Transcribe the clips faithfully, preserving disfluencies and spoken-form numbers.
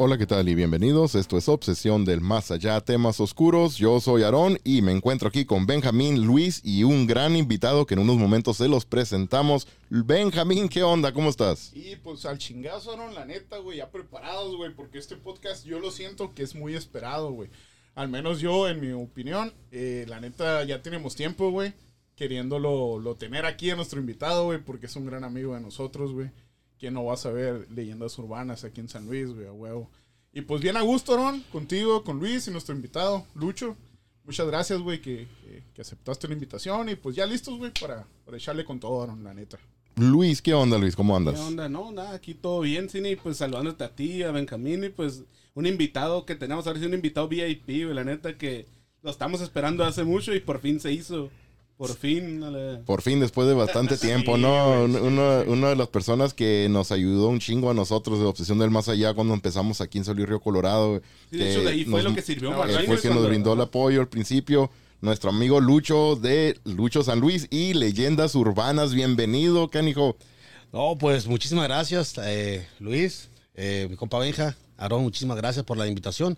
Hola, ¿qué tal? Y bienvenidos. Esto es Obsesión del Más Allá, temas oscuros. Yo soy Aarón y me encuentro aquí con Benjamín, Luis y un gran invitado que en unos momentos se los presentamos. Benjamín, ¿qué onda? ¿Cómo estás? Y pues al chingazo, Aarón, la neta, güey, ya preparados, güey, porque este podcast yo lo siento que es muy esperado, güey. Al menos yo, en mi opinión, eh, la neta, ya tenemos tiempo, güey, queriéndolo lo tener aquí a nuestro invitado, güey, porque es un gran amigo de nosotros, güey. ¿Quién no va a saber leyendas urbanas aquí en San Luis, güey, a huevo? Y pues bien a gusto, Aarón, contigo, con Luis y nuestro invitado, Lucho. Muchas gracias, güey, que, que, que aceptaste la invitación. Y pues ya listos, güey, para, para echarle con todo, Aarón, la neta. Luis, ¿qué onda, Luis? ¿Cómo andas? ¿Qué onda? No, nada, aquí todo bien, Cine, pues saludándote a ti, a Benjamín, y pues un invitado que tenemos ahora, sí, un invitado V I P, güey, la neta que lo estamos esperando hace mucho y por fin se hizo. Por fin. Dale. Por fin, después de bastante tiempo, sí, ¿no? Güey, sí, una, sí. una de las personas que nos ayudó un chingo a nosotros de Obsesión del Más Allá cuando empezamos aquí en San Luis Río Colorado. Sí, de hecho, de ahí fue lo que sirvió no, Él más. fue el que nos brindó el apoyo al principio. Nuestro amigo Lucho de Lucho San Luis y Leyendas Urbanas. Bienvenido, canijo. No, pues muchísimas gracias, eh, Luis, eh, mi compa Benja, Aarón, muchísimas gracias por la invitación.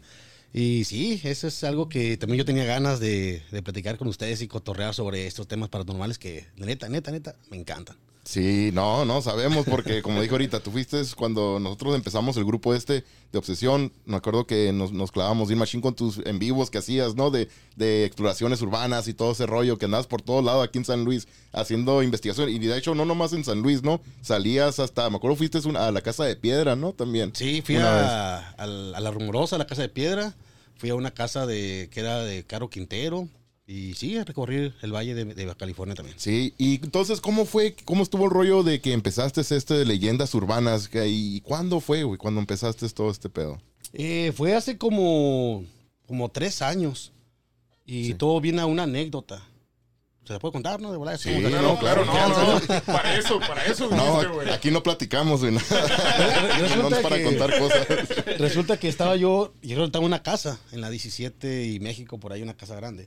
Y sí, eso es algo que también yo tenía ganas de, de platicar con ustedes y cotorrear sobre estos temas paranormales que, neta, neta, neta, me encantan. Sí, no, no, sabemos porque como dije ahorita, tú fuiste cuando nosotros empezamos el grupo este de Obsesión, me acuerdo que nos, nos clavamos bien machín con tus en vivos que hacías, ¿no? De, de exploraciones urbanas y todo ese rollo, que andabas por todos lados aquí en San Luis haciendo investigación. Y de hecho, no nomás en San Luis, ¿no? Salías hasta, me acuerdo, fuiste una, a la Casa de Piedra, ¿no? También. Sí, fui a, a, a La Rumorosa, a la Casa de Piedra, fui a una casa de que era de Caro Quintero. Y sí, recorrí el valle de, de California también. Sí, y entonces, ¿cómo fue, cómo estuvo el rollo de que empezaste este de leyendas urbanas? ¿Y cuándo fue, güey, cuando empezaste todo este pedo? Eh, fue hace como, como tres años. Y Sí. todo viene a una anécdota. ¿Se puede contar, no? De volada, Sí, como- no, claro, no, no, no, para eso, para eso No, viniste, güey. aquí no platicamos, güey. No, Resulta es para que- contar cosas. Resulta que estaba yo, y yo estaba en una casa, en la diecisiete y México, por ahí una casa grande.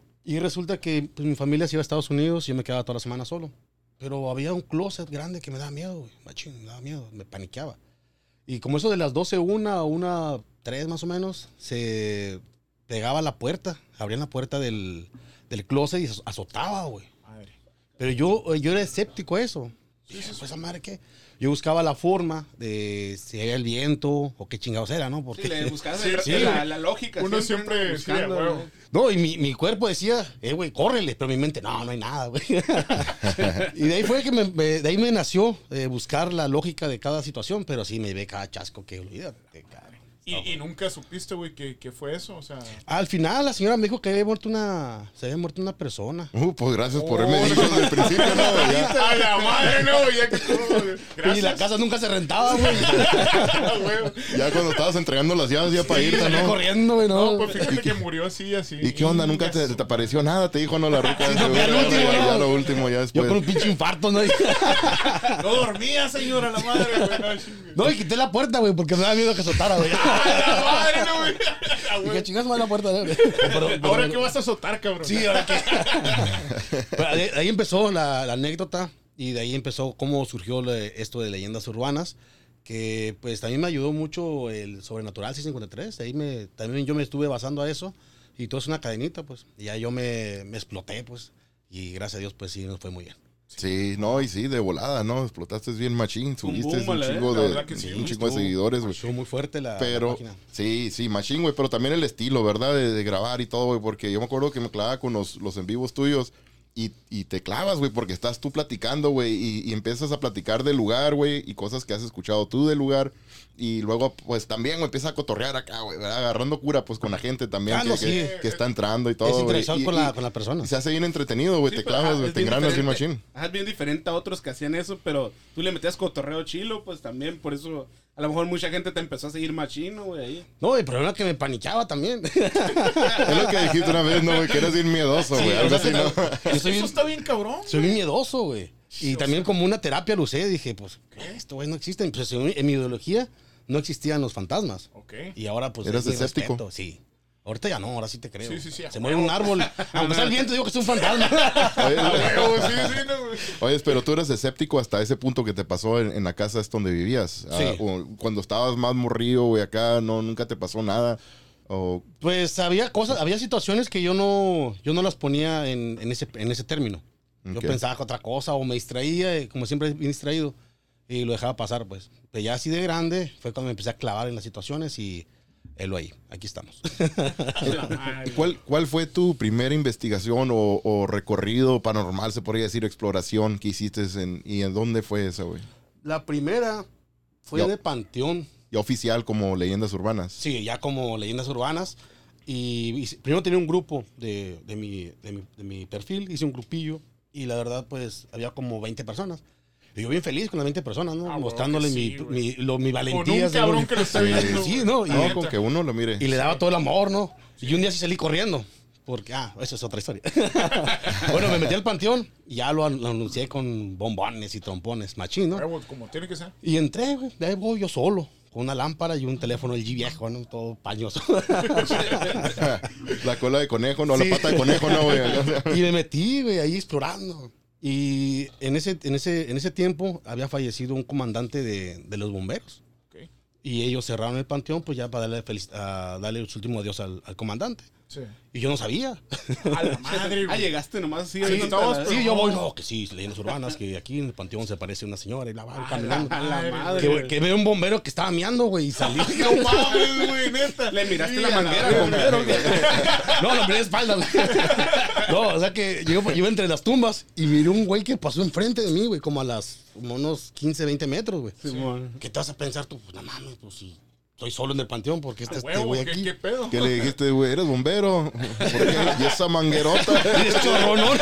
Y resulta que pues, mi familia se iba a Estados Unidos y yo me quedaba toda la semana solo. Pero había un closet grande que me daba miedo, güey. Machín, me daba miedo, me paniqueaba. Y como eso de las doce, una o una, tres más o menos, se pegaba a la puerta, abrían la puerta del, del closet y azotaba, güey. Madre. Pero yo, yo era escéptico a eso. Sí, pues esa madre qué. Yo buscaba la forma de si había el viento o qué chingados era, ¿no? Porque Sí, le buscabas Sí, el- sí, la, güey. la lógica. Uno siempre, ¿no? sí, a huevo. ¿no? no, y mi, mi cuerpo decía, eh, güey, córrele, pero mi mente, no, no hay nada, güey. Y de ahí fue que me, me- de ahí me nació eh, buscar la lógica de cada situación, pero sí me ve cada chasco que olvídate, cabrón. Y, y nunca supiste, güey, que, que fue eso, o sea... Al final la señora me dijo que había muerto una, se había muerto una persona. Uh, pues gracias por Oh, haberme dicho desde el principio, ¿no? Ya. A la madre, no, ya que todo, güey. Gracias. Y la casa nunca se rentaba, güey. güey. Ya cuando estabas entregando las llaves ya para irte, Salí ¿no? corriendo, güey, no. No, pues fíjate que murió así, así. ¿Y qué onda? ¿Nunca te, te apareció nada? Te dijo, no, la ruca. no, ya lo último, ya, no. ya lo último, ya Yo después. con un pinche infarto, ¿no? No dormía, señora, la madre, güey. No, chingue. No, y quité la puerta, güey, porque me daba miedo que azotara, güey. A la madre, no, güey. Ah, Y güey. que chingas más la puerta, güey. Pero- pero- Ahora que vas a azotar, cabrón. Sí, ahora que. Pero de ahí empezó la, la anécdota y de ahí empezó cómo surgió le- esto de leyendas urbanas, que pues también me ayudó mucho el Sobrenatural seiscientos cincuenta y tres. De ahí me, también yo me estuve basando a eso y todo es una cadenita, pues. Y ya yo me, me exploté, pues. Y gracias a Dios, pues sí, nos fue muy bien. Sí, no, y sí, de volada, ¿no? Explotaste bien machín, subiste boom, un la chingo la de, verdad que sí, un chingo de Estuvo- seguidores, güey. Estuvo muy fuerte la, la Pero, página. sí, sí, machín, güey, pero también el estilo, ¿verdad? De, de grabar y todo, güey, porque yo me acuerdo que me clavaba con los, los en vivos tuyos y, y te clavas, güey, porque estás tú platicando, güey, y, y empiezas a platicar del lugar, güey, y cosas que has escuchado tú del lugar, y luego, pues, también, güey, empiezas a cotorrear acá, güey, ¿verdad? Agarrando cura, pues, con la gente también Ah, que, no, que, sí. que está entrando y todo, Es güey. interacción Y- con, y- la, con la persona. y se hace bien entretenido, güey, Sí, te pero, clavas, ajá, güey, es te bien engranas bien diferente. machín. Ajá, es bien diferente a otros que hacían eso, pero tú le metías cotorreo chilo, pues también, por eso a lo mejor mucha gente te empezó a seguir machino, güey, ahí. No, el problema es que me paniqueaba también. Es lo que dijiste una vez, ¿no, güey? Que eres bien miedoso, güey, algo así, ¿no? Yo soy Eso bien, está bien cabrón. soy bien miedoso, güey. Y también como una terapia lo usé, dije, pues, ¿qué? Esto, güey, no existe. Pues en, en mi ideología no existían los fantasmas. Ok. Y ahora, pues, ¿Eras es mi escéptico? respeto, sí. Ahorita ya no, ahora sí te creo. Sí, sí, sí. Se mueve un árbol. Aunque sea el viento, digo que es un fantasma. Oye, A huevo, sí, sí, no, güey. oye, pero tú eres escéptico hasta ese punto que te pasó en, en la casa es donde vivías. Sí. Ah, o cuando estabas más morrido, güey, acá no, nunca te pasó nada. O, Pues había cosas, había situaciones que yo no, yo no las ponía en, en, ese, en ese término. Yo Ok. pensaba que otra cosa o me distraía, y como siempre bien distraído, y lo dejaba pasar, pues. Pero ya así de grande fue cuando me empecé a clavar en las situaciones y él ahí, aquí estamos. ¿Y ¿Cuál, ¿Cuál fue tu primera investigación o, o recorrido paranormal, se podría decir, exploración que hiciste en, y en dónde fue esa, güey? La primera fue Yo- de Panteón. Ya oficial como leyendas urbanas. Sí, ya como leyendas urbanas. Y, y primero tenía un grupo de, de, mi, de, mi, de mi perfil, hice un grupillo y la verdad pues había como veinte personas. Y yo bien feliz con las veinte personas, ¿no? Ah, huevo Mostrándole que sí, mi, güey. mi, lo, mi valentía. Con un ¿sí? cabrón que lo está viendo. Sí, ¿no? Y, No, con que uno lo mire. y le daba todo el amor, ¿no? Y un día sí salí corriendo. Porque, ah, eso es otra historia. Bueno, me metí al panteón y ya lo, an- lo anuncié con bombones y trompones, machín, ¿no? Huevo, como tiene que ser. Y entré, güey, de ahí voy yo solo, con una lámpara y un teléfono L G viejo, ¿no? Todo pañoso. La cola de conejo, no, Sí. la pata de conejo, no, güey. Y me metí, güey, ahí explorando. Y en ese, en ese, en ese tiempo había fallecido un comandante de, de los bomberos. Ok. Y ellos cerraron el panteón, pues ya para darle, felic- a darle su último adiós al, al comandante. Sí. Y yo no sabía. A la madre, Ah, güey. llegaste nomás así. Sí, ahorita estabas, la- pero Sí, yo no. voy, no, que sí, leyendas urbanas, que aquí en el panteón se aparece una señora y la va caminando. A la madre. Que, güey, que veo un bombero que estaba meando, güey, y salí. No mames, güey, neta. Le miraste Sí, la a manguera verga. al bombero. güey. No, lo miré de espalda, güey. No, o sea que yo yo iba entre las tumbas y miré un güey que pasó enfrente de mí, güey, como a las, como unos quince, veinte metros, güey. Simón. ¿Qué te vas a pensar tú? Pues no mames, pues si estoy solo en el panteón, porque está A este huevo, güey ¿qué, aquí. qué pedo? ¿Qué le dijiste, güey? ¿Eres bombero? ¿Por qué? ¿Y esa manguerota? Y es chorronón.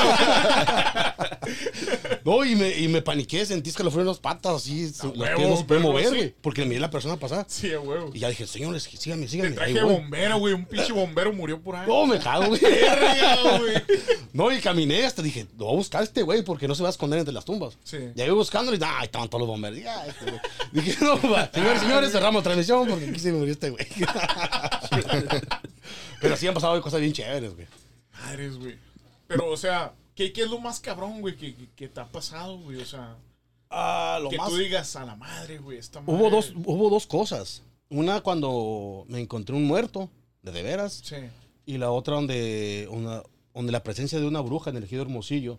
No, y me, y me paniqué, sentí escalofrío en las patas, así, los huevo, pies no se pueden verlo mover, así. güey, porque miré a la persona pasar. Sí, a huevo. Y ya dije, señores, síganme, Te síganme. Ahí traje voy. bombero, güey. Un pinche bombero murió por ahí. No, me cago, güey. Verga, güey. No, y caminé hasta dije, no voy a buscar a este güey porque no se va a esconder entre las tumbas. Sí. Ya iba buscándolo y nah, ahí estaban todos los bomberos. Ya, este güey. Dije, no, va, señores, señores, cerramos transmisión porque aquí se me murió este güey. Pero sí han pasado cosas bien chéveres, güey. Madres, güey. Pero, o sea, ¿qué, qué es lo más cabrón, güey, que, que, que te ha pasado, güey? O sea, Ah, lo que más... tú digas a la madre, güey. Esta madre. Hubo dos, hubo dos cosas. Una cuando me encontré un muerto, de de veras. Sí. Y la otra donde, una, donde la presencia de una bruja en el ejido Hermosillo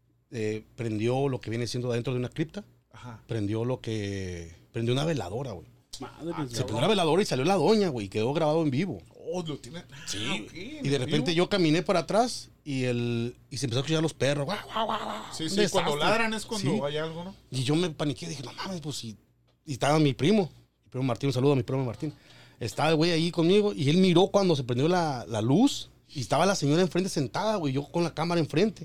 eh, prendió lo que viene siendo dentro de una cripta. Ajá. Prendió lo que... Prendió una veladora, güey. Madre, Ah, Se güey. prendió la veladora y salió la doña, güey. Y quedó grabado en vivo. Oh, lo tiene. Ah, Sí. ok, Y de repente vivo. yo caminé para atrás y el y se empezó a escuchar los perros. Guau, guau, guau, guau. Sí, Un sí, desastre. cuando ladran es cuando Sí. hay algo, ¿no? Y yo me paniqué, dije, no mames, pues sí. Y estaba mi primo, mi primo Martín, un saludo a mi primo Martín. Estaba el güey ahí conmigo y él miró cuando se prendió la, la luz y estaba la señora enfrente sentada, güey, yo con la cámara enfrente.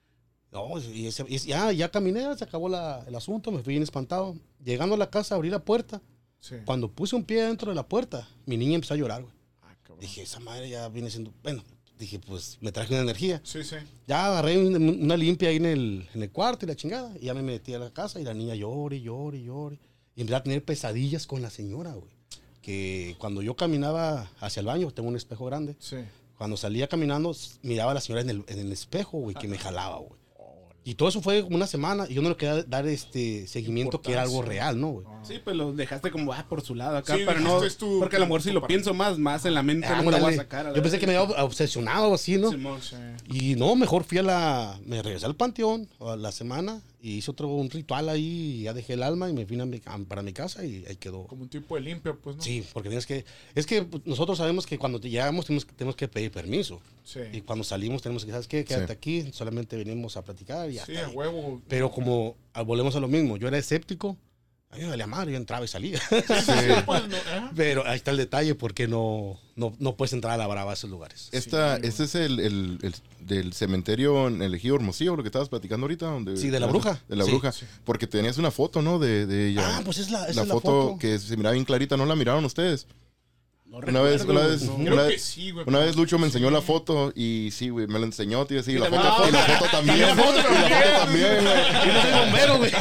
No, y, ese- y ya, ya caminé, se acabó la- el asunto, me fui bien espantado. Llegando a la casa, abrí la puerta. Sí. Cuando puse un pie dentro de la puerta, mi niña empezó a llorar, güey. Ah, cabrón. Dije, esa madre ya viene siendo... Bueno, dije, pues me traje una energía. Sí, sí. Ya agarré una, una limpia ahí en el, en el cuarto y la chingada. Y ya me metí a la casa y la niña llore, llore, llore. Y empecé a tener pesadillas con la señora, güey. Que cuando yo caminaba hacia el baño, tengo un espejo grande. Sí. Cuando salía caminando, s- miraba a la señora en el, en el espejo, güey, que me jalaba, güey. Y todo eso fue como una semana y yo no le quería dar este seguimiento que era algo Importancia. real, ¿no, güey? Sí, pues lo dejaste como ah, por su lado acá, Sí, pero no. dijiste, es tu- porque a lo mejor tu- si tu lo parte. pienso más, más en la mente no me lo voy a Ándale. sacar. a la Yo pensé que me verga. había obsesionado así, ¿no? Simón. Sí. Y no, mejor fui a la... Me regresé al panteón a la semana y hice otro un ritual ahí y ya dejé el alma y me vine a mi- a- para mi casa y ahí quedó. Como un tipo de limpia, pues, ¿no? Sí, porque tienes que... Es que pues, nosotros sabemos que cuando te llegamos tenemos, que- tenemos que pedir permiso. Sí. Y cuando salimos tenemos que, ¿sabes qué? Quédate Sí. aquí, solamente venimos a platicar y ya Sí, está a ahí. huevo. Pero como ah, volvemos a lo mismo, yo era escéptico, a mí me valía madre, yo entraba y salía. Pues, no, ajá. Pero ahí está el detalle porque no, no, no puedes entrar a la brava a esos lugares. Esta, Sí, este es el, el- el- del cementerio en el ejido Hermosillo, lo que estabas platicando ahorita. Donde, Sí, de la bruja. De la Sí, bruja. sí. Porque tenías una foto, ¿no? De, de ella. Ah, pues es la, esa la, es la foto foto. que se miraba bien clarita, ¿no la miraron ustedes? No Una vez, recuerdo, una vez, no. una Creo vez, que sí, güey. una vez Lucho me Sí. enseñó la foto y sí, güey, me la enseñó, tío, sí, y la también foto, la y la foto también, Y la foto y la foto también. también, güey. Y no soy bombero, güey.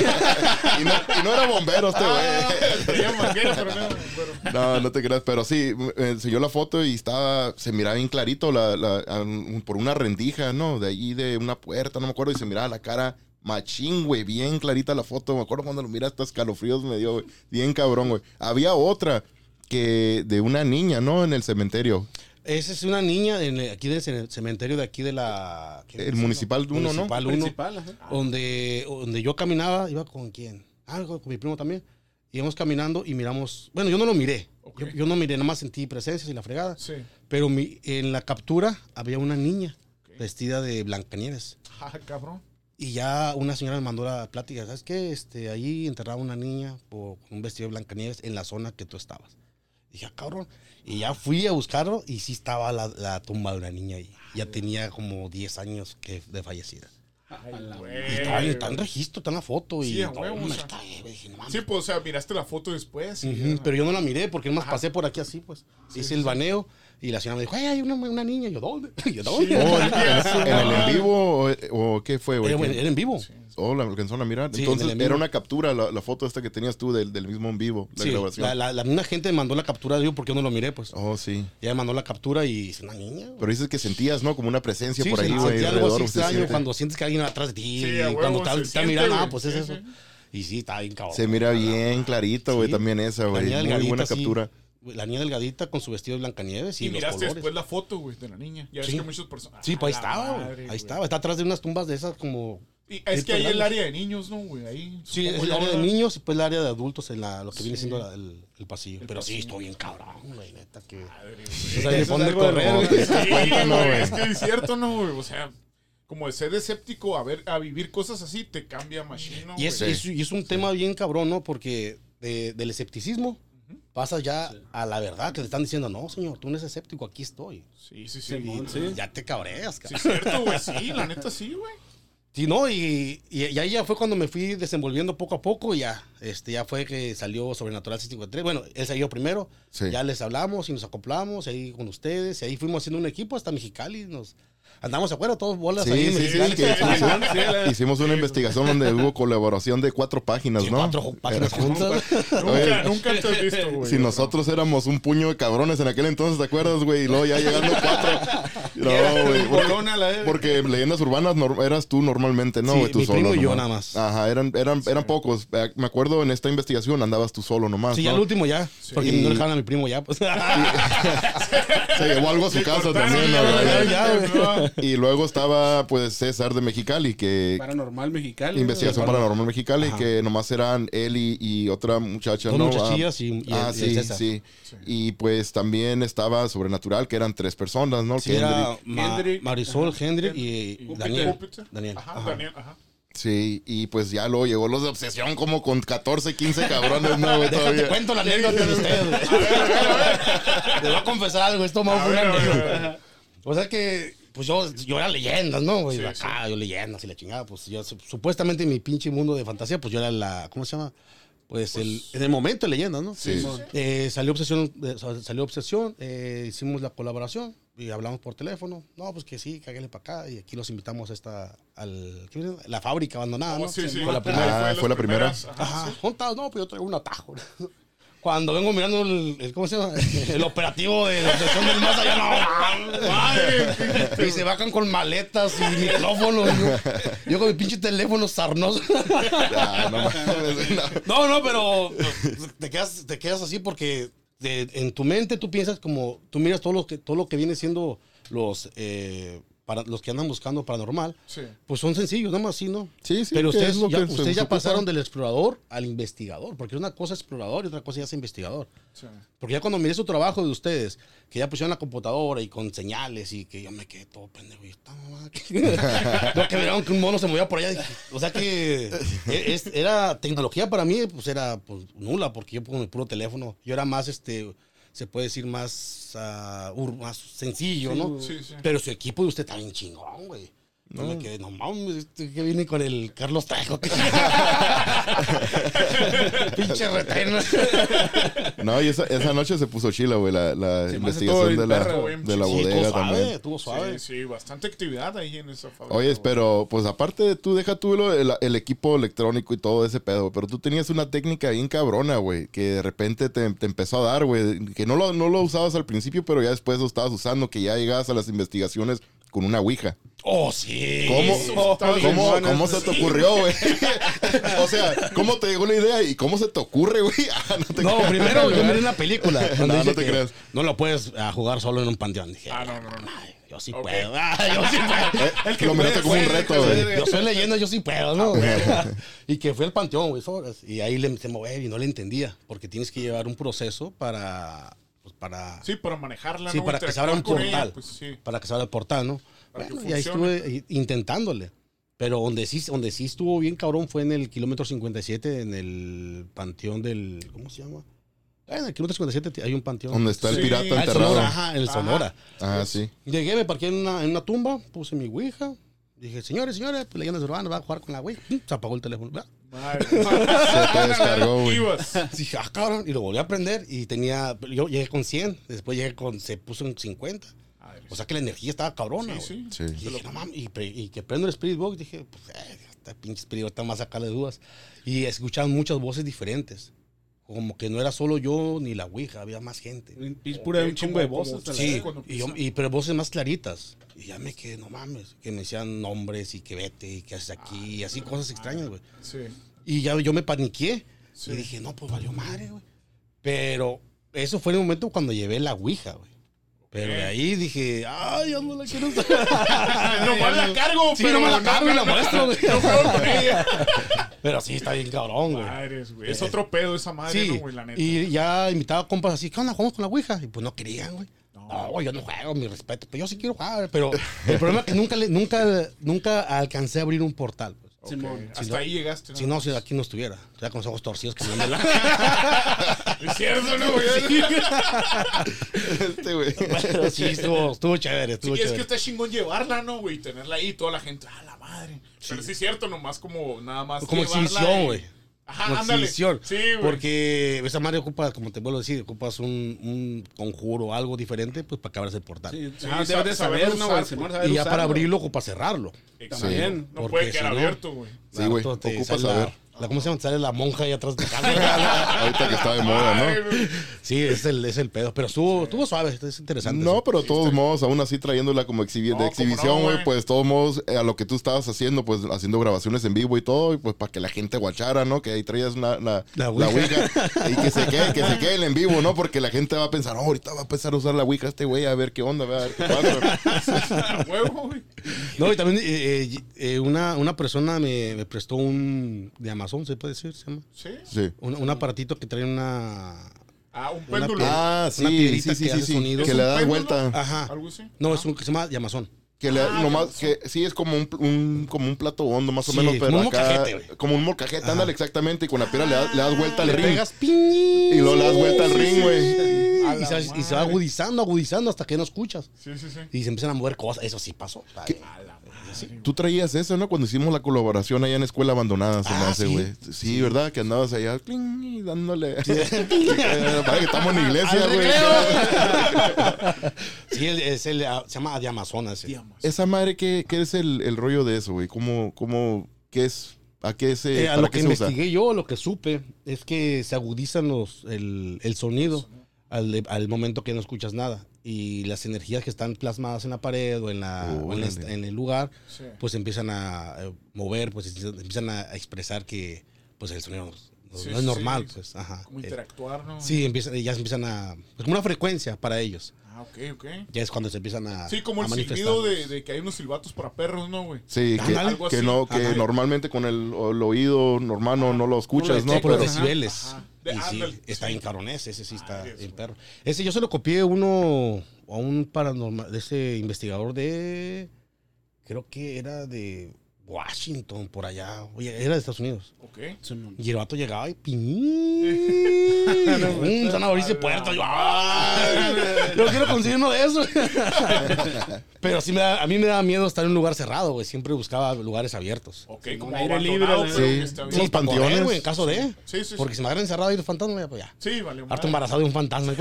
Y no, y no era bombero este Ah, güey. tenía manguera, pero no, pero- No, no te creas, pero sí, me enseñó la foto y estaba, se miraba bien clarito la, la- um, por una rendija, ¿no? De ahí de una puerta, no me acuerdo, y se miraba la cara machín, güey, bien clarita la foto. Me acuerdo cuando lo miré, hasta escalofríos me dio, güey, bien cabrón, güey. Había otra que de una niña, ¿no? En el cementerio. Esa es una niña en el- aquí del ce- cementerio de aquí de la... ¿qué El es? municipal uno, ¿no? Municipal uno, Principal, ajá. donde, donde yo caminaba, iba con quién, ah, con mi primo también, íbamos caminando y miramos, bueno, yo no lo miré, Ok. yo, yo no miré, nada más sentí presencias y la fregada, Sí. pero mi- en la captura había una niña Ok. vestida de Blancanieves. Ah, cabrón. Y ya una señora me mandó la plática, ¿sabes qué? Este, ahí enterraba una niña o con un vestido de Blancanieves en la zona que tú estabas. Dije, ah, cabrón. Y ya fui a buscarlo y sí estaba la, la tumba de una niña ahí. Ya tenía como diez años que, de fallecida. Ay, A la güey. Y está, en- está en registro, está en la foto. Sí, y a huevo, no, o sea. está, eh, dije, no mames. Sí, pues, o sea, miraste la foto después. y Ujú, ya- pero yo no la miré porque más Ajá. pasé por aquí así, pues. Sí, Hice sí, el sí. baneo y la señora me dijo, ay, hay una, una niña. Y yo, ¿dónde? Y yo, ¿dónde? Sí. Oh, en, Ya, en el en madre. vivo o, o qué fue, güey. Era, ¿Qué? era en vivo. Sí. Oh, la alcanzaron a mirar. Sí, Entonces en el en vivo. era una captura la, la foto esta que tenías tú del, del mismo en vivo, la Sí, grabación. la, la, la misma gente me mandó la captura, yo porque yo no lo miré, pues. Oh, sí. Ya me mandó la captura y es una niña. güey. Pero dices que sentías, ¿no? Como una presencia Sí, por ahí, sentí güey, algo alrededor. así se extraño siente. cuando sientes que alguien atrás de ti. Sí, a huevo, cuando está, se está siente, mirando, ah, güey. pues Sí, es eso. sí. Y sí, está bien cabrón. Se mira bien clarito, güey, Sí. también esa, La güey. niña Muy delgadita, buena sí. captura. La niña delgadita con su vestido de Blancanieves y, Y, los miraste colores. después la foto, güey, de la niña. Ya ves Sí. que muchas personas. Sí, pues ahí ¡A la estaba, güey. madre, Ahí güey! estaba. Está atrás de unas tumbas de esas como... Y es que ahí grandes. el área de niños, ¿no, güey? Ahí. Sí, supongo es el yo, área de ¿verdad? niños y pues el área de adultos en la, lo que viene Sí. siendo la- el, el pasillo. El Pero sí, pasillo. estoy bien cabrón, güey, neta que... Madre, güey. O sea, me Eso es ponen a algo de correr, lo- güey. Sí, Cuéntanos, güey, güey. es que es cierto, ¿no, güey? O sea, como de ser escéptico a ver, a vivir cosas así, te cambia machino. Y es, Sí. es- y es un tema bien cabrón, ¿no? Porque de- del escepticismo pasa ya a la verdad, que te están diciendo, no, señor, tú no eres escéptico, aquí estoy. Sí, sí, sí. Simón, Y- sí. Ya te cabreas, Sí, cabrón. es cierto, güey. Sí, la neta sí, güey. Sí, no, y, y, y ahí ya fue cuando me fui desenvolviendo poco a poco, y ya, este, ya fue que salió Sobrenatural seiscientos cincuenta y tres. Bueno, él salió primero, Sí. ya les hablamos y nos acoplamos ahí con ustedes, y ahí fuimos haciendo un equipo hasta Mexicali, nos andamos afuera, todos bolas Sí, ahí en sí, sí, Mexicali. que sí, hicimos, sí, la- hicimos una investigación donde hubo colaboración de cuatro páginas, Sí, ¿no? cuatro ju- páginas Era- juntas. Nunca, Oye, nunca te has visto, güey. Si nosotros éramos un puño de cabrones en aquel entonces, ¿te acuerdas, güey? Y luego ya llegando cuatro. No, güey. Porque, Bolona, la de- porque leyendas urbanas nor- eras tú normalmente, ¿no? Sí, güey? Tú mi solo primo y yo nomás. nada más. Ajá, eran, eran, eran pocos. Eh, Me acuerdo en esta investigación andabas tú solo nomás, Sí, ¿no? ya el último ya, porque Y- no dejaron a mi primo ya, pues. Se llevó algo a su Le casa cortaron también, ya, ¿no? ya, ya, ya, Y luego estaba, pues, César de Mexicali, que... Paranormal Mexicali. Investigación ¿no? Paranormal Mexicali, Ajá. que nomás eran él y, y otra muchacha, Dos ¿no? muchachillas y- y ah, el- y el sí, César. sí, Sí. Y pues también estaba Sobrenatural, que eran tres personas, ¿no? Sí, era Ma- Hendrik. Marisol, Hendrik y Júpiter, Daniel. Júpiter. Daniel. Ajá, Ajá. Daniel, ajá. Sí, y pues ya luego llegó los de Obsesión como con catorce, quince cabrones, ¿no? güey? Déjate Todavía. cuento la anécdota de ustedes, güey. Les voy a confesar algo, esto más A fue una ver, a ver, anécdota. a ver. O sea que, pues yo, yo era leyendas, ¿no? Güey? Sí, Acá, yo leyendas y la chingada. Pues yo, su- supuestamente en mi pinche mundo de fantasía, pues yo era la, ¿cómo se llama? Pues, el, en el momento de leyendas, ¿no? Sí. Eh, salió Obsesión, eh, salió Obsesión, eh, hicimos la colaboración y hablamos por teléfono. No, pues que sí, cáguele para acá. Y aquí los invitamos a esta, al, ¿qué viene? La fábrica abandonada, Oh, ¿no? sí, sí. Fue la Ah, primera. Ah, fue la las primera. primeras, ajá, Ajá, sí. juntados, no, pues yo traigo un atajo. Cuando vengo mirando el, el- ¿cómo se llama? El operativo de la sección del más allá, no mames. Y se bajan con maletas y micrófonos. Yo, yo con mi pinche teléfono sarnoso. Ah, no mames, no. No, no, pero te quedas, te quedas así porque de- en tu mente tú piensas como, tú miras todo lo que, todo lo que viene siendo los, eh, para, los que andan buscando paranormal. Sí. Pues son sencillos, nada más así, ¿no? Sí, sí, Pero que ustedes es lo ya, que se ustedes ya ocupa. pasaron del explorador al investigador, porque una cosa es explorador y otra cosa ya es investigador. Sí. Porque ya cuando miré su trabajo de ustedes, que ya pusieron la computadora y con señales y que yo me quedé todo pendejo y esta mamá. Lo que miraron que un mono se movía por allá. Dije, o sea que e- es- era tecnología para mí, pues era pues, nula, porque yo con mi puro teléfono, yo era más, este, se puede decir más, ah, ur- más sencillo, ¿no? Sí, sí. Pero su equipo de usted está bien chingón, güey. No me quedé, no mames, este que viene con el Carlos Trejo. Pinche reteno. No, y esa, esa noche se puso chila, güey, la, la Se me hace investigación todo de bien la, perro, güey. de la Sí, bodega Estuvo suave, también. estuvo suave. Sí, sí, bastante actividad ahí en esa fábrica. Oye, güey. pero pues aparte de tú, deja tú lo- el, el equipo electrónico y todo ese pedo, pero tú tenías una técnica bien cabrona, güey, que de repente te, te empezó a dar, güey, que no lo, no lo usabas al principio, pero ya después lo estabas usando, que ya llegabas a las investigaciones con una ouija. Oh, sí. ¿Cómo, Eso está bien, ¿cómo, bueno, cómo eso se te ocurrió, güey? O sea, ¿cómo te llegó la idea y cómo se te ocurre, güey? Ah, no te No, creas. primero yo miré una película donde No, dice no te que creas. no lo puedes ah, jugar solo en un panteón. Dije, Ah, no, no, no. ay, yo sí Ok. puedo. Ah, yo sí puedo. Eh, lo miraste como un reto, güey. Yo soy leyenda, yo sí puedo, ¿no? Y que fue al panteón, güey, sobras. Y ahí le se mover y no le entendía. Porque tienes que llevar un proceso para. Pues para Sí, para manejarla, sí, ¿no? para que se abra un Interactuar con portal. ella, pues, sí. para que se abra el portal, ¿no? Para que Bueno, y ahí funcione. estuve eh, intentándole. Pero donde sí, donde sí estuvo bien cabrón fue en el kilómetro cincuenta y siete, en el panteón del. ¿Cómo se llama? Ah, en el kilómetro cincuenta y siete hay un panteón. Donde está el Sí. pirata Ah, el enterrado. Sonora, ajá, en el Ajá. Sonora. Ah, sí. Llegué, me parqué en una, en una tumba, puse mi ouija. Dije, señores, señores, pues leyendas urbanas, va a jugar con la ouija. Se apagó el teléfono. ¿verdad? Madre. Se te descargó, güey. Ibas. Dije, ah, cabrón. Y lo volví a prender y tenía. Yo llegué con cien, después llegué con. Se puso en cincuenta. Madre. O sea que la energía estaba cabrona. Sí, güey. sí. Sí. Y dije, no mames, y, pre- y que prendo el Spirit Box, dije, pues, eh, esta pinche Spirit Box está más acá de dudas. Y escuchaban muchas voces diferentes. Como que no era solo yo ni la ouija, había más gente. Es pura un Ok, chingo de como- voces. como- a la Sí, vez. cuando y, yo- empieza. y- pero voces más claritas. Y ya me quedé, no mames, que me decían nombres y que vete y que haces aquí y así cosas extrañas, güey. Sí. Y ya yo me paniqué Sí. y dije, no, pues valió madre, güey. Pero eso fue el momento cuando llevé la ouija, güey. Pero de ahí dije, ay, ya no la quiero usar. Nomás la cargo, Sí, pero nomás la no- cargo y la no- muestro, güey. no juego con ella. Pero sí, está bien cabrón, güey. Madres, güey. Es otro pedo esa madre, Sí, ¿no, güey? La neta. y ya invitaba a compas así, ¿qué onda? ¿Jugamos con la ouija? Y pues no querían, güey. No, güey, yo no juego, mi respeto. Pero yo sí quiero jugar. Pero el problema es que nunca, le- nunca, nunca alcancé a abrir un portal. Pues. Ok, Simón. Hasta Si no- ahí llegaste, ¿no? Si no, si aquí no estuviera. Ya con los ojos torcidos que me Es cierto, ¿no, güey? Este, güey. Pero sí, estuvo, estuvo chévere, estuvo Sí, es que chévere. está chingón llevarla, ¿no, güey? Tenerla ahí, toda la gente, ¡ah, la madre! Pero sí es cierto, nomás como, nada más Como llevarla exhibición, y- güey. Ajá, Como ándale. exhibición. Sí, güey. Porque esa madre ocupa, como te vuelvo a decir, ocupas un, un conjuro o algo diferente, pues para que abras el portal. Sí, Sí, ah, sa- debes de saberlo saber, ¿no, güey? usar, Simón, pues. saber Y ya para usarlo. abrirlo ocupa cerrarlo. Exacto. También. No Porque puede si quedar no- abierto, güey. Sí, güey. Claro, te Ocupas sale la- saber. la- ¿Cómo se llama? Sale la monja ahí atrás de casa. Ahorita que está de moda, Ay, ¿no? güey. Sí, es el, es el pedo. Pero estuvo, estuvo suave, es interesante. No, sí. pero de todos modos, aún así trayéndola como exhibi- No, de cómo exhibición, no, güey, güey. pues de todos modos, eh, a lo que tú estabas haciendo, pues haciendo grabaciones en vivo y todo, y pues para que la gente guachara, ¿no? Que ahí traías una, la, La la, ouija. ouija. Y que se quede, que se quede el en vivo, ¿no? Porque la gente va a pensar, oh, ahorita va a empezar a usar la ouija este güey, a ver qué onda, a ver qué pasa. A huevo, güey. No, y también eh, eh, eh, una, una persona me, me prestó un de Amazon, ¿se puede decir? ¿Se llama? Sí. Sí. Un, un aparatito que trae una... Ah, un Una péndulo. Ah, sí, Una sí, piedrita sí, que sí, hace sí. sonido. Que ¿Es le un das péndulo? vuelta. Ajá. Algo así. No, es un que se llama de Amazon. Que le, Ah, nomás, ya que sí es como un, un- como un plato hondo, más o Sí, menos, pero como un acá, molcajete, güey. como un molcajete, Ajá. ándale, exactamente, y con la piedra le, das, le das vuelta al Le ring. pegas ping, Y luego le das vuelta al ring, güey. A Y la se, y se va madre. agudizando, agudizando hasta que no escuchas. Sí, sí, sí. Y se empiezan a mover cosas. Eso sí pasó. ¿Qué? A la madre. Tú traías eso, ¿no? Cuando hicimos la colaboración allá en Escuela Abandonada, se me Ah, hace, sí. güey. Sí, ¿verdad? Que andabas allá, cling, y dándole. Parece que estamos en iglesia, Al güey. recreo. Sí, el- es el, ah, se llama de Amazonas. Digamos. Esa madre, ¿qué, qué es el, el rollo de eso, güey? ¿Cómo, cómo, qué es, a qué se, Eh, a para lo qué que se usa? investigué yo, lo que supe, es que se agudizan los, el, el sonido al, al momento que no escuchas nada. Y las energías que están plasmadas en la pared o en, la, o en, la- Órale. en el lugar, Sí. pues empiezan a eh, mover, pues empiezan a expresar que pues el sonido no, no Sí, es sí, normal. sí. Pues, ajá. Como Eh, interactuar, ¿no? sí, empiezan, ya se empiezan a... Es como una frecuencia para ellos. Ah, ok, ok. Ya es cuando se empiezan a Sí, como a el manifestar. silbido de, de que hay unos silbatos para perros, ¿no, güey? Sí, que, Ándale. Algo que así. no, que Ándale. normalmente con el, el oído normal no, no lo escuchas, No, ¿no? por los Pero, Ajá. decibeles. Ajá. De- Y sí, ándale, está sí. bien caronés, ese sí está Madres, bien güey. perro. Ese yo se lo copié uno a un paranormal, de ese investigador de, creo que era de Washington, por allá. Oye, era de Estados Unidos. Ok. Y el vato llegaba y piñín. Están a abrirse puertas. Yo, ¡ay! Yo quiero conseguir uno de esos. Pero sí me da, a mí me da miedo estar en un lugar cerrado, güey. Siempre buscaba lugares abiertos. Ok, como aire aire libre, libre. Sí. Sí, Sí. Los panteones. güey, en caso de. Sí, sí, sí. Porque si me agarran encerrado y el fantasma, pues ya. Sí, vale. Harto embarazado de un fantasma.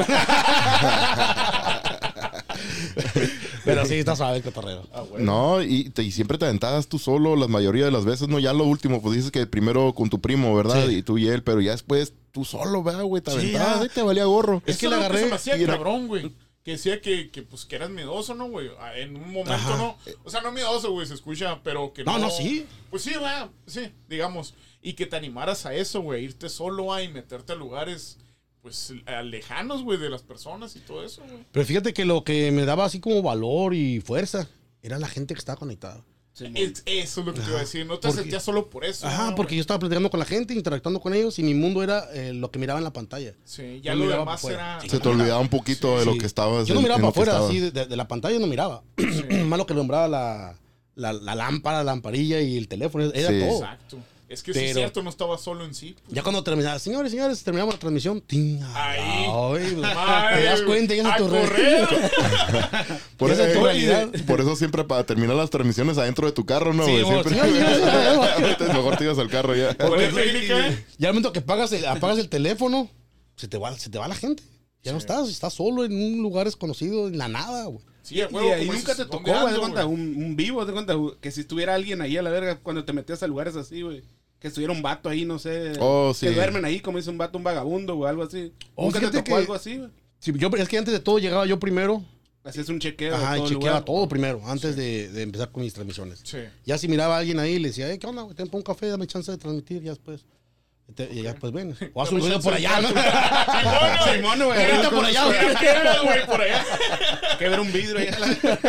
Pero sí, está suave el cotorreo. Ah, bueno. No, y, te- y siempre te aventabas tú solo la mayoría de las veces, ¿no? Ya lo último, pues dices que primero con tu primo, ¿verdad? Sí. Y tú y él, pero ya después tú solo, ¿verdad, güey? Te Sí, aventabas ya. y te valía gorro. Es Eso que la lo agarré se me hacía y era- cabrón, güey. Que decía que, que, pues, que eras miedoso, ¿no, güey? Ah, En un momento, Ajá. ¿no? O sea, no miedoso, güey, se escucha, pero que no... No, no, sí. Pues sí, va, sí, digamos. Y que te animaras a eso, güey. Irte solo a y meterte a lugares, pues, a- lejanos, güey, de las personas y todo eso, güey. Pero fíjate que lo que me daba así como valor y fuerza era la gente que estaba conectada. Es- eso es lo que te iba a decir. No te Porque- sentías solo por eso. Ajá, ¿no, porque güey? yo estaba platicando con la gente, interactuando con ellos y mi mundo era eh, lo que miraba en la pantalla. Sí, ya Yo lo miraba demás para afuera. era... Sí. Se te olvidaba un poquito de lo Sí. que estabas. Yo no en- miraba en para lo que afuera, estabas. así, de, de- de la pantalla no miraba. Más lo que alumbraba la, la, la lámpara, la lamparilla y el teléfono, era Sí. todo. Exacto. Es que sí es Pero- cierto, no estaba solo en sí. Ya cuando terminaba, señores, señores, terminamos la transmisión. ¡Ting! Ahí. Ay, pues, Madre, te das cuenta y esa a es tu re- correr. Por, Esa es tu eh, realidad. por eso siempre para terminar las transmisiones adentro de tu carro, ¿no, Sí, güey? amor, Siempre. sí, sí, sí, sí. Entonces, mejor te ibas al carro ya. Con la Y- técnica. Y al momento que apagas el, apagas el teléfono, se te va, se te va la gente. Ya no estás, estás solo en un lugar desconocido, en la nada, güey. Sí, a Y huevo, ahí como nunca dices, te ¿dónde tocó, güey, de ando, cuenta, güey? un, un vivo, de cuenta, que si estuviera alguien ahí a la verga, cuando te metías a lugares así, güey, que estuviera un vato ahí, no sé, Oh, sí. que duermen ahí, como dice un vato, un vagabundo, o algo así. Oh, Nunca te fíjate tocó que- algo así, güey. Sí, yo, es que antes de todo llegaba yo primero. Hacías un chequeo. Ajá, de y todo el chequeaba lugar. todo primero, antes de, de empezar con mis transmisiones. Sí. Ya si miraba a alguien ahí, le decía, hey, ¿qué onda, güey? Ten un café, dame chance de transmitir, ya después. Y te- Y ya después ven. O haz un ruido por allá, ¿no? Simón, güey. Grita por allá, güey. ¿Qué era, güey, por allá? Que ver un vidrio ahí.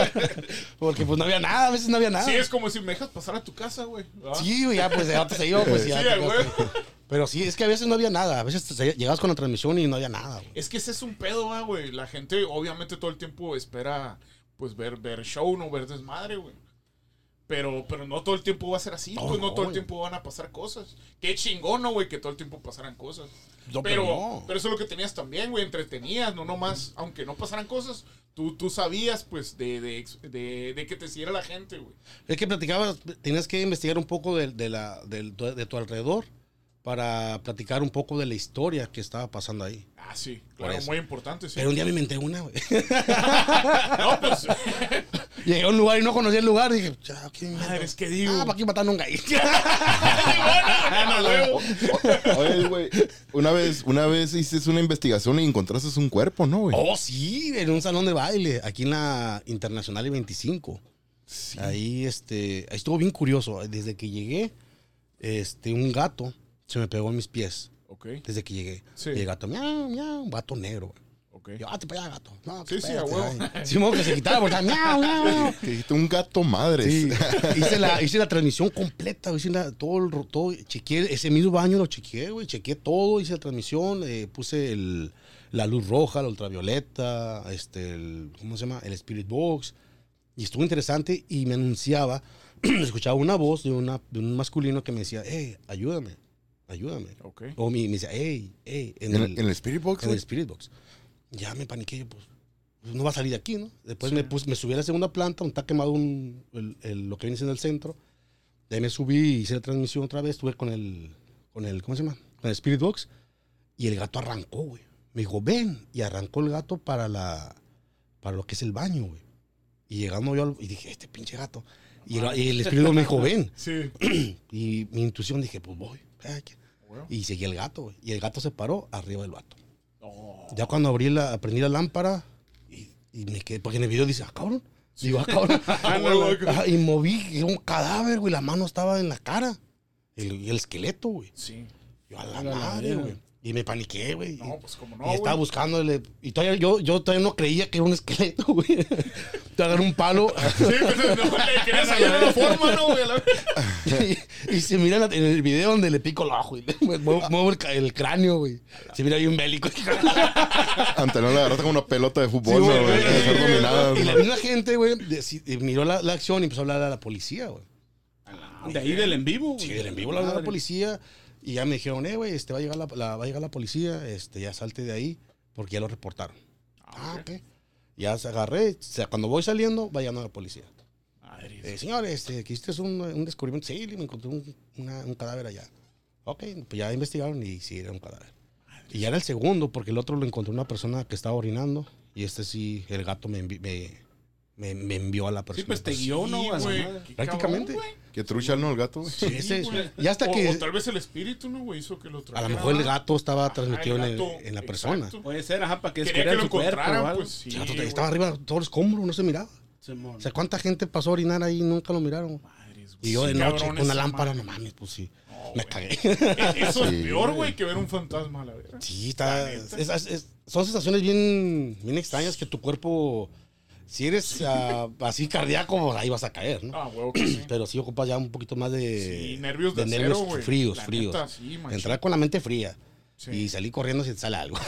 Porque pues no había nada, a veces no había nada. Sí, es como si me dejas pasar a tu casa, güey. ¿verdad? Sí, güey, ya pues de antes se iba, pues ya. Sí, te güey. quedaste. Pero sí, es que a veces no había nada. A veces te- llegabas con la transmisión y no había nada, güey. Es que ese es un pedo, ah, güey. La gente obviamente todo el tiempo espera, pues, ver, ver show, no ver desmadre, güey. Pero, pero no todo el tiempo va a ser así, No, pues no no, todo el güey. tiempo van a pasar cosas. Qué chingón, ¿no, güey? Que todo el tiempo pasaran cosas. No, pero, pero no. pero eso es lo que tenías también, güey. Entretenías, no nomás, aunque no pasaran cosas, tú, tú sabías, pues, de, de, de, de que te siguiera la gente, güey. Es que platicabas, tenías que investigar un poco de, de, la, del- de tu alrededor para platicar un poco de la historia que estaba pasando ahí. Ah, sí, Por claro, eso. muy importante, sí. Pero un día me inventé una, güey. No, pues, Llegué a un lugar y no conocía el lugar. Dije, ya, ¿qué invento? madre, es que digo. Ah, para aquí matando a un gallo. Ah, no, huevo. Oye, güey, una vez, una vez hiciste una investigación y encontraste un cuerpo, ¿no, güey? Oh, sí, en un salón de baile, aquí en la Internacional y veinticinco. Ahí, este, ahí estuvo bien curioso. Desde que llegué, este, un gato se me pegó en mis pies. Ok, Desde que llegué. Sí. Y el gato, miau, miau, un gato negro, güey. ok. Yo, ah, te para allá, gato. No, Sí, sí, a espérate, huevo. ay. Simón, que se quitara, porque miau, miau, miau. Que dijiste un gato madre. Sí, hice la, hice la transmisión completa, hice la- todo, el, ro- todo, chequeé, ese mismo baño lo chequeé, güey, chequeé todo, hice la transmisión, eh, puse el, la luz roja, la ultravioleta, este, el, ¿cómo se llama? El Spirit Box, y estuvo interesante y me anunciaba, escuchaba una voz de, una, de un masculino que me decía, hey, ayúdame, ayúdame. Ok. O me, me decía, hey, hey, en, ¿En, el, el, en el Spirit Box, en el güey? Spirit Box. Ya me paniqué, yo, pues, pues, no va a salir de aquí, ¿no? Después me, puse, me subí a la segunda planta, donde está quemado un, el, el- lo que viene siendo el centro. De ahí me subí, hice la transmisión otra vez, estuve con el, con el, ¿cómo se llama? Con el Spirit Box. Y el gato arrancó, güey. Me dijo, ven. Y arrancó el gato para la, para lo que es el baño, güey. Y llegando yo, al- y dije, este pinche gato. Y el, y el Spirit Box me dijo, ven. Sí. Y mi intuición dije, pues voy. Ay, que- Bueno. Y seguí el gato, güey. Y el gato se paró arriba del vato. Oh. Ya cuando abrí la, prendí la lámpara y, y me quedé, porque en el video dice, ah, cabrón. Digo, ah, cabrón. Ajá, y moví, era un cadáver, güey. La mano estaba en la cara. El, el esqueleto, güey. Sí. Yo a la A la madre, verga. güey. Y me paniqué, güey. No, Y- pues como no, y estaba güey. buscándole. Y todavía yo, yo todavía no creía que era un esqueleto, güey. Te agarré un palo. Sí, pues no, le querías hallar una forma, ¿no, güey? y, y se mira en, la- en el video donde le pico el ojo y le muevo, muevo el, ca- el cráneo, güey. Se mira ahí un bélico. Antes no le agarraste como una pelota de fútbol, Sí, ¿no, güey, güey? güey, De ser güey, dominada. Y la ¿no? misma gente, güey, deci- eh, miró la, la acción y empezó a hablar a la policía, güey. De ahí del en vivo. Sí, del en vivo la, la policía. Y ya me dijeron, eh, güey, este, va, a llegar la, la, va a llegar la policía, este, ya salte de ahí, porque ya lo reportaron. Ah, ok. okay. Ya se agarré, o sea, cuando voy saliendo, va llegando la policía. Eh, señor, este, ¿quisiste un, un descubrimiento? Sí, me encontré un, una, un cadáver allá. Ok, pues ya investigaron y sí, era un cadáver. Y ya era el segundo, porque el otro lo encontró una persona que estaba orinando. Y este sí, el gato me, envi- me, me, me envió a la persona. Sí, pues te guió, ¿no? Sí, A su güey. madre. Qué Prácticamente. cabrón, güey. Que trucha, ¿no? El gato, güey. Sí, ese, güey. y hasta o, que o tal vez el espíritu, ¿no, güey? Hizo que lo a trajera. lo mejor el ¿no? gato estaba Ajá, transmitido el en, el- gato, en la persona. exacto. Puede ser, ajá, para que Quería que descubriera lo su cuerpo o encontraran, algo. pues sí. Sí, gato, güey. estaba arriba, todo el escombro, no se miraba. Simón. O sea, ¿cuánta gente pasó a orinar ahí y nunca lo miraron? Madres, güey. Y yo de Sí, noche cabrón, con una esa lámpara, madre. no mames, pues sí. No, Me güey. cagué. Eh, Eso Sí, es peor, güey. güey, que ver un fantasma, la verdad. Sí, está. La neta. es- es- es- son sensaciones bien, bien extrañas que tu cuerpo, si eres ah, así cardíaco, ahí vas a caer, ¿no? Ah, huevo que sí. Pero sí ocupas ya un poquito más de, Sí, nervios de, nervios acero, güey. fríos, La fríos. neta, sí, machín. Entrar con la mente fría Sí. y salir corriendo si te sale algo.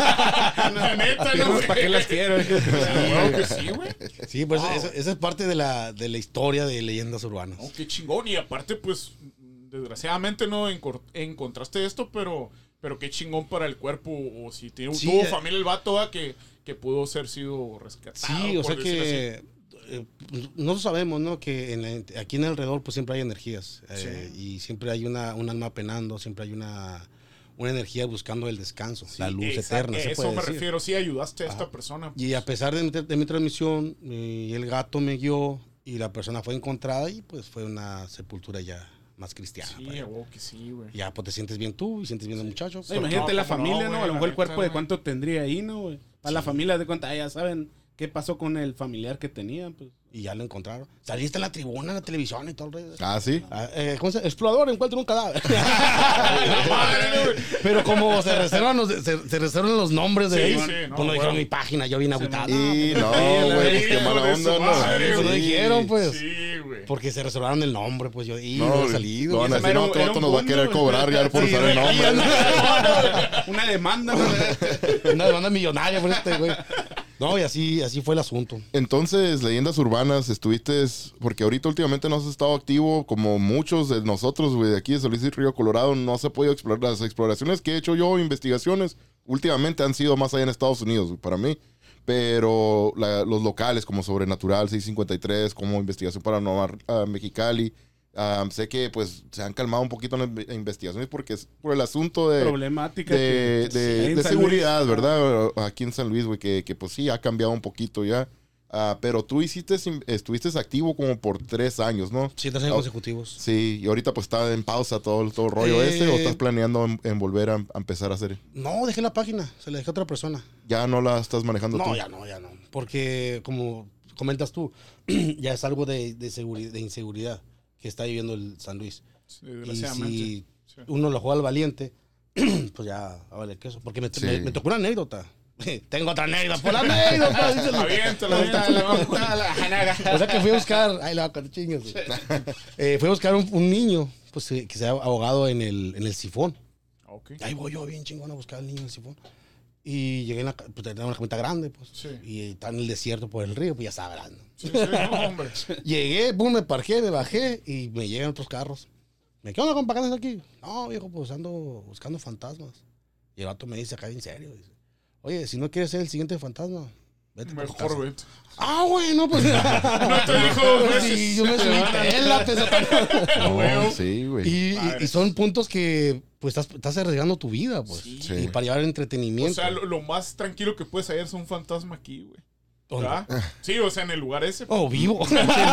La neta, no, güey. ¿Para qué las quiero? Huevo que sí, güey. Sí, pues Ah, esa, esa es parte de la, de la historia de leyendas urbanas. No, qué chingón. Y aparte, pues, desgraciadamente no encor- encontraste esto, pero, pero qué chingón para el cuerpo. O si tiene, Sí, tuvo eh. familia el vato, ¿va? que, que pudo ser sido rescatado. Sí, o por sea decirlo así. que eh, nosotros sabemos, ¿no? Que en la- aquí en el alrededor pues siempre hay energías eh, y siempre hay una, un alma penando, siempre hay una, una energía buscando el descanso, la luz Exacto, eterna, se Eso puede me decir. refiero. Sí, ayudaste a esta Ajá. persona. Y a pesar de mi, de mi transmisión, eh, el gato me guió y la persona fue encontrada y pues fue una sepultura ya más cristiana. Sí, pues. a huevo que sí, güey. Ya pues te sientes bien tú y sientes bien los muchachos. No, imagínate No, la cómo no, familia, ¿no? güey, A lo la mejor el neta, cuerpo de güey. cuánto tendría ahí, ¿no, güey? Para la familia de cuánto, ah, ya saben qué pasó con el familiar que tenían, pues. Y ya lo encontraron. Saliste en la tribuna, en la televisión y todo el rollo. Ah, sí. Ah, eh, ¿cómo se llama? Explorador encuentra un cadáver. Madre, güey. Pero como se reservan los, se, se reservan los nombres de Sí, ellos, sí, no, pues no dijeron bueno. mi página, yo vine a votar. Y no, la güey, pues qué hijo mala de onda, su ¿no? madre, Pues no Sí. dijeron, pues. Sí, güey. Porque se reservaron el nombre, pues yo y No, no, he salido. no van a ese decir, era no, un- este era vato un nos va a fondo, querer güey. cobrar ya por Sí, usar el no, nombre. Una demanda, ¿no? Una demanda millonaria por este güey. No, y así, así fue el asunto. Entonces, leyendas urbanas, estuviste, porque ahorita últimamente no has estado activo como muchos de nosotros, güey, de aquí de San Luis Río Colorado, no se ha podido explorar. Las exploraciones que he hecho yo, investigaciones, últimamente han sido más allá en Estados Unidos, güey, para mí. Pero la- los locales como Sobrenatural, seiscientos cincuenta y tres, como Investigación Paranormal uh, Mexicali, um, sé que pues se han calmado un poquito las inve- investigaciones porque es por el asunto de... Problemática. de, que- de- sí, en de San seguridad, Luis. ¿verdad? Aquí en San Luis, güey, que, que pues sí, ha cambiado un poquito ya. Ah, pero tú hiciste, estuviste activo como por tres años, ¿no? Sí, tres años Oh. consecutivos. Sí, y ahorita pues está en pausa todo, el- todo el rollo Eh, ese, o estás planeando en, en volver a, a empezar a hacer. No, dejé la página, se la dejé a otra persona. Ya no la estás manejando tú. No, ya no, ya no. Porque, como comentas tú, ya es algo de, de, seguri- de inseguridad que está viviendo el San Luis. Sí, Y desgraciadamente. si Sí. uno lo juega al valiente, pues ya, a valer queso. Porque me, Sí. me, me tocó una anécdota. Tengo otra anécdota, por la anécdota. dice el- Aviéntala, Aviéntala, aviéntala. aviéntala. O sea que fui a buscar, ay, la cuando chingas. Eh, fui a buscar un, un niño, pues eh, que se ha ahogado en el, en el sifón. Ok. Ahí voy yo bien chingón a buscar al niño en el sifón. Y llegué en la, ca- pues tenía una camioneta grande, pues. Sí. Y está en el desierto por el río, pues ya sabrán. ¿no? Sí, sí, no, hombre. Llegué, boom, me parqué, me bajé y me llegan otros carros. Me quedo, compa, ¿qué andas aquí? No, viejo, pues ando buscando fantasmas. Y el vato me dice acá bien serio, dice, oye, si no quieres ser el siguiente fantasma, vete por tu casa. Mejor vete. Ah, bueno, pues. No te dijo dos veces. Sí, yo me subí la No, sí, güey. y, y- Madre. y son puntos que, pues, estás, estás arriesgando tu vida, pues. Sí. Sí. Y para llevar el O entretenimiento. sea, lo, lo más tranquilo que puedes hallar es un fantasma aquí, güey. ¿Dónde? ¿Verdad? Sí, o sea, en el lugar ese. Oh, vivo. Sí,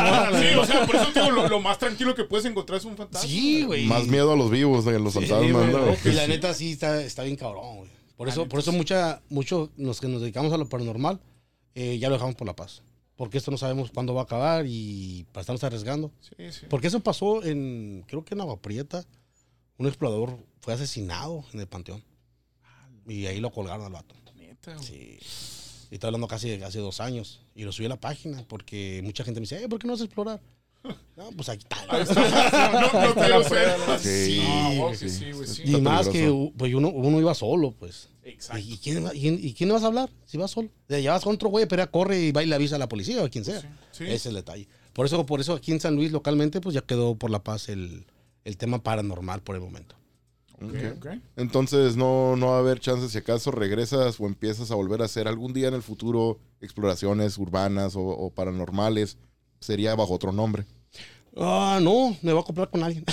o sea, por eso te digo, lo, lo más tranquilo que puedes encontrar es un fantasma. Sí, güey. Más miedo a los vivos que a los Sí, fantasmas, güey. ¿no? Y la neta sí está, está bien cabrón, güey. Por eso, por eso mucha, mucho los que nos dedicamos a lo paranormal, eh, ya lo dejamos por la paz. Porque esto no sabemos cuándo va a acabar y para estarnos arriesgando. Sí, sí. Porque eso pasó en, creo que en Agua Prieta, un explorador fue asesinado en el panteón. Y ahí lo colgaron al vato. Neta, güey. Sí. Y estoy hablando casi hace dos años. Y lo subí a la página porque mucha gente me dice, eh, ¿por qué no vas a explorar? No, pues ahí está. Ahí está. No, no quiero ser. Sí, No, wow, sí. que sí, güey, sí. Y Está más peligroso. que pues uno, uno iba solo, pues. Exacto. ¿Y quién, va- y, y quién le vas a hablar si vas solo? Ya vas con otro güey, pero ya corre y va y le avisa a la policía o a quien sea. Sí, sí. Ese es el detalle. Por eso, por eso aquí en San Luis localmente pues ya quedó por la paz el, el tema paranormal por el momento. Okay, okay. Entonces no, no va a haber chances si acaso regresas o empiezas a volver a hacer algún día en el futuro exploraciones urbanas o, o paranormales. Sería bajo otro nombre. Ah, no, me voy a comprar con alguien.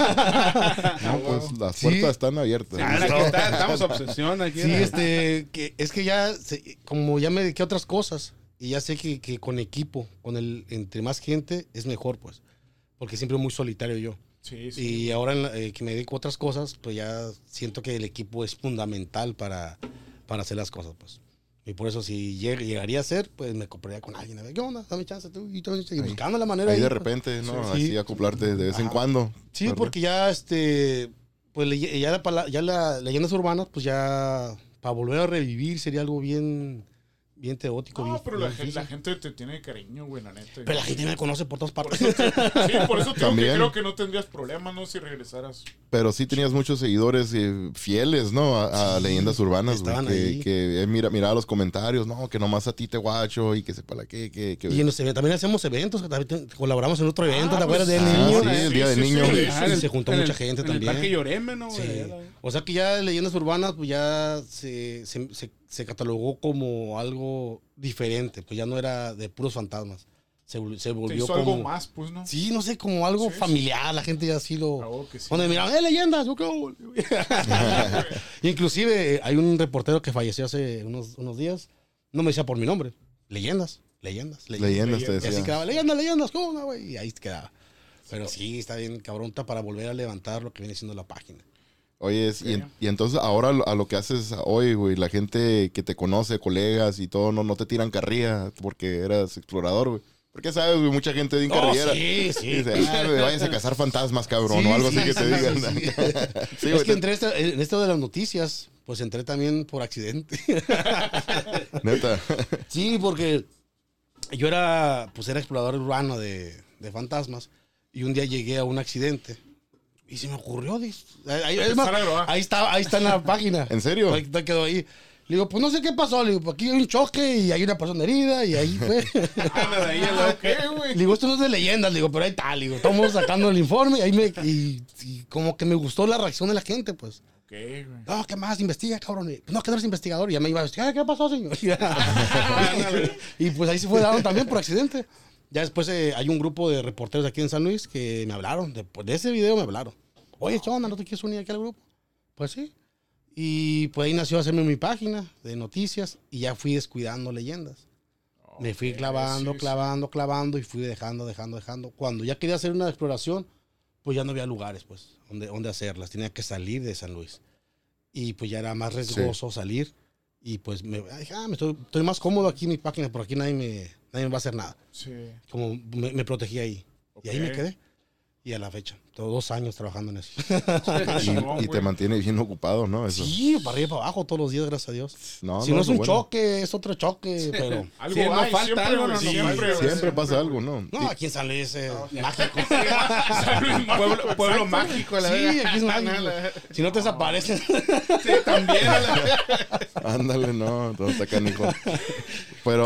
No, pues las Sí. puertas están abiertas. Ahora que está- estamos obsesión aquí. Sí, ¿no? este, que es que ya, se- como ya me dediqué a otras cosas y ya sé que, que con equipo, con el, entre más gente es mejor, pues, porque siempre muy solitario yo. Sí, sí. Y ahora en la- eh, que me dedico a otras cosas, pues ya siento que el equipo es fundamental para, para hacer las cosas, pues. Y por eso si lleg- llegaría a ser, pues me compraría con alguien. A ver, ¿qué onda? Dame chance tú. Y, tú, y buscando la manera Ahí de pues. repente, ¿no? Sí. Así acoplarte de vez en Ajá. cuando. Sí, ¿verdad? porque ya, este, pues le- ya, la, pala- ya la leyendas urbanas, pues ya para volver a revivir sería algo bien, bien teórico. No, bien- pero bien la, gente, difícil. la gente te tiene cariño, güey, la neta. Pero la gente me conoce por todas Por partes. eso te- sí, por eso tengo También. que creo que no tendrías problemas, ¿no? Si regresaras. Pero sí tenías muchos seguidores eh, fieles, ¿no? A, a Sí, leyendas urbanas, güey. estaban Que, ahí. que eh, mira, miraba los comentarios, no, que nomás a ti te guacho y que sepa la que, que, que... Y en los eventos, también hacemos eventos, que también te- colaboramos en otro evento, Ah, ¿te acuerdas pues, del ah, niño? sí, el día del niño. de Ah, hecho. en se juntó en mucha el- gente en también. el Parque Lloreme, ¿no? Sí. güey? O sea que ya leyendas urbanas, pues ya se, se, se, se catalogó como algo diferente, pues ya no era de puros fantasmas. Se, vol- se Te volvió hizo como... algo más, pues, ¿no? Sí, no sé, como algo Sí, sí. familiar, la gente ya así lo... Ah, oh, que sí. Cuando me miraban, ¡eh, leyendas! Yo, ¿qué hago? Inclusive eh, hay un reportero que falleció hace unos, unos días, no me decía por mi nombre, leyendas, leyendas, leyendas. Leyendas te Y así decía. quedaba, leyendas, leyendas, ¿cómo no, güey? Y ahí quedaba. Pero sí, está bien cabronta para volver a levantar lo que viene siendo la página. Oye, es- y, en- y entonces ahora lo- a lo que haces hoy, güey, la gente que te conoce, colegas y todo, no, no te tiran carrilla porque eras explorador, güey. Porque sabes, güey, mucha gente de No, carrillera. sí, sí. Dice, ah, güey, váyanse a cazar fantasmas, cabrón, Sí, o algo así sí, que te sí, digan. sí, sí. Sí, Es güey, que te- entré este- en esto de las noticias, pues entré también por accidente. neta. Sí, porque yo era, pues era explorador urbano de, de fantasmas y un día llegué a un accidente y se me ocurrió, dis- ahí, es más, Empezar a grabar. ahí está, ahí está en la página. ¿En serio? Ahí está, quedó ahí. Le digo, pues no sé qué pasó. Le digo, pues aquí hay un choque y hay una persona herida y ahí fue. Ándale, ahí, Ah, el- ok, güey. Le digo, esto no es de leyendas. Le digo, pero ahí está. Le digo, estamos sacando el informe y ahí me, y, y como que me gustó la reacción de la gente, pues. Ok, güey. No, ¿qué más? Investiga, cabrón. Y, pues no, que no eres investigador. Y ya me iba a decir, ¿qué pasó, señor? Y pues ahí se fue dado también por accidente. Ya después eh, hay un grupo de reporteros aquí en San Luis que me hablaron. Después de ese video me hablaron. Oye, ¿qué onda? ¿No te quieres unir aquí al grupo? Pues sí. Y pues ahí nació hacerme mi página de noticias y ya fui descuidando leyendas. Me fui Ok, clavando, sí, sí. clavando, clavando y fui dejando, dejando, dejando. Cuando ya quería hacer una exploración, pues ya no había lugares, pues, donde, donde hacerlas. Tenía que salir de San Luis. Y pues ya era más riesgoso salir. Y pues me, dije, ah, me estoy, estoy más cómodo aquí en mi página, por aquí nadie me, nadie me va a hacer nada. Sí. Como me, me protegí ahí. Y ahí me Ok. quedé. Y a la fecha, todos dos años trabajando en eso. Chingón, Y, y te güey. mantiene bien ocupado, ¿no? Eso. Sí, para arriba y para abajo todos los días, gracias a Dios. No, si no, no es lo un bueno. choque, es otro choque, pero... Algo Sí, no hay, falta siempre, algo, güey, no, no, siempre, güey, Siempre pasa algo, ¿no? No, aquí en San Luis es mágico. Pueblo, pueblo mágico, la Sí, verdad. aquí es mágico. Si no te desaparecen. Sí, también. a la- Ándale, no, todo está canijo. Pero,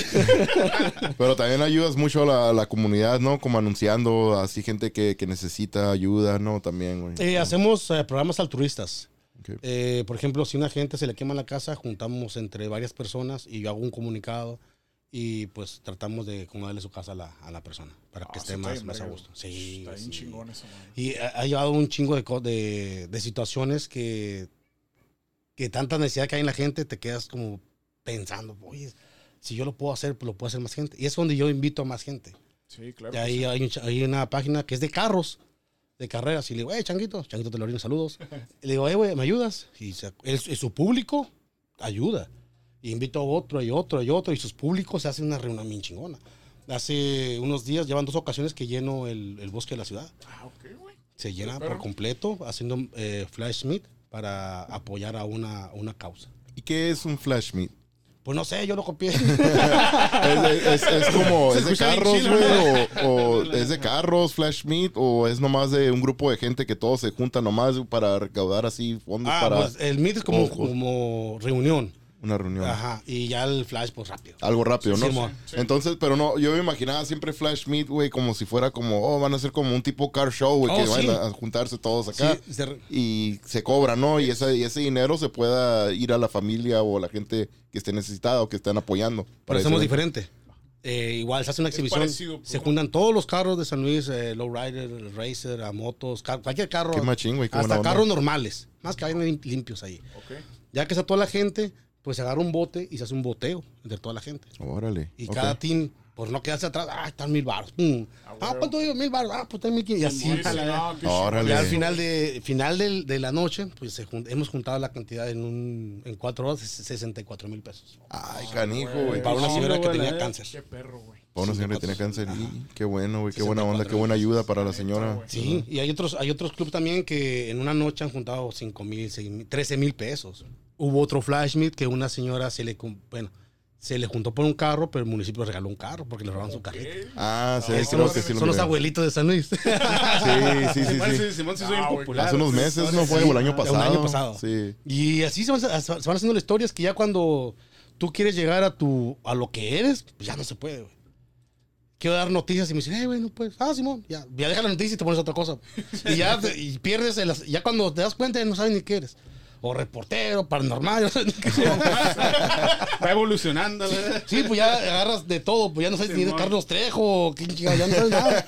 ta- pero también ayudas mucho a la, a la comunidad, ¿no? Como anunciando así gente que, que necesita ayuda, ¿no? También, güey. Eh, hacemos eh, programas altruistas. Ok. Eh, por ejemplo, si una gente se le quema la casa, juntamos entre varias personas y yo hago un comunicado y pues tratamos de acomodarle su casa a la, a la persona para que Ah, esté sí, está más, bien más a verga, gusto. güey. Sí, Está bien sí. chingón esa madre. Y ha, ha llevado un chingo de, co- de, de situaciones que, que tanta necesidad que hay en la gente, te quedas como pensando, oye, si yo lo puedo hacer, pues lo puede hacer más gente. Y es donde yo invito a más gente. Sí, claro. Y que ahí sí. hay, un cha- hay una página que es de carros, de carreras. Y le digo, hey, Changuito, Changuito Telorino, saludos. Y le digo, hey, güey, ¿me ayudas? Y se- el- su público ayuda. Y invito a otro y otro y otro. Y sus públicos se hacen una reunión bien chingona. Hace unos días, llevan dos ocasiones que lleno el, el bosque de la ciudad. Ah, ok, güey. Se llena perro. por completo haciendo eh, flash meet para apoyar a una, una causa. ¿Y qué es un flash meet? Pues no sé, yo lo copié. ¿Es, es- es como, Se es de escucha bien carros, chilo, güey? O, o es de carros, flash meet? ¿O es nomás de un grupo de gente que todos se juntan nomás para recaudar así fondos Ah, para... pues el meet es como, Ojo. como reunión. Una reunión. Ajá, y ya el flash, pues rápido. Algo rápido, Sí, ¿no? sí, mo- sí. Entonces, pero no, yo me imaginaba siempre Flash Meet, güey, como si fuera como, oh, van a ser como un tipo car show, güey, Oh, que sí. van a, a juntarse todos acá. Sí, se re- Y se cobra, ¿no? Y ese, y ese dinero se pueda ir a la familia o a la gente que esté necesitada o que estén apoyando. Pero para hacemos ese- diferente. Eh, igual se hace una Es exhibición, parecido, pues, se ¿no? juntan todos los carros de San Luis, eh, lowrider, el racer, a motos, car- cualquier carro. Qué machín, güey, qué buena hasta onda. carros normales, más que vayan lim- limpios ahí. Ok. Ya que está toda la gente, pues se agarra un bote y se hace un boteo entre toda la gente. Órale. Y ok. cada team, por no quedarse atrás, ah, están mil baros. Pum. Ah, Ah, huevo. ¿cuánto digo? Mil baros. Ah, pues están mil quinientos. Y Sí, así. sí, no, qué Órale. Y chingón. al final de, final del- de la noche, pues se jun- hemos juntado la cantidad en, un, en cuatro horas, sesenta y cuatro mil pesos. Ay, canijo, güey. Para una no, señora que güey, tenía eh. cáncer. Qué perro, güey. Para una Sí, señora que tiene cuatro- cáncer. Y qué bueno, güey. Qué buena onda, qué buena ayuda para la señora. güey. Sí, y hay otros, hay otros clubes también que en una noche han juntado cinco mil, seis mil, trece mil pesos. Hubo otro flash meet que una señora se le, cum- bueno, se le juntó por un carro, pero el municipio le regaló un carro porque le robaron su cajita. ¿Qué? Ah, sí, Ah, creo son que sí lo Son los miré. abuelitos de San Luis. Sí, sí, sí, Simón sí. sí, Simón sí soy Ah, güey, impopular. Hace unos meses, ¿no fue? Sí, O el año un pasado. año pasado. Sí. Y así se van, se van haciendo las historias que ya cuando tú quieres llegar a tu a lo que eres, pues ya no se puede, güey. Quiero dar noticias y me dicen, eh, güey, no puedes. Ah, Simón, ya, ya deja la noticia y te pones otra cosa. Y ya te- y pierdes, el- ya cuando te das cuenta ya no sabes ni qué eres. O reportero, paranormal, no sabes ni qué. Va evolucionando, güey. Sí, pues ya agarras de todo, pues ya no sabes ni de Simón. Carlos Trejo, o quién chingado, ya no sabes nada.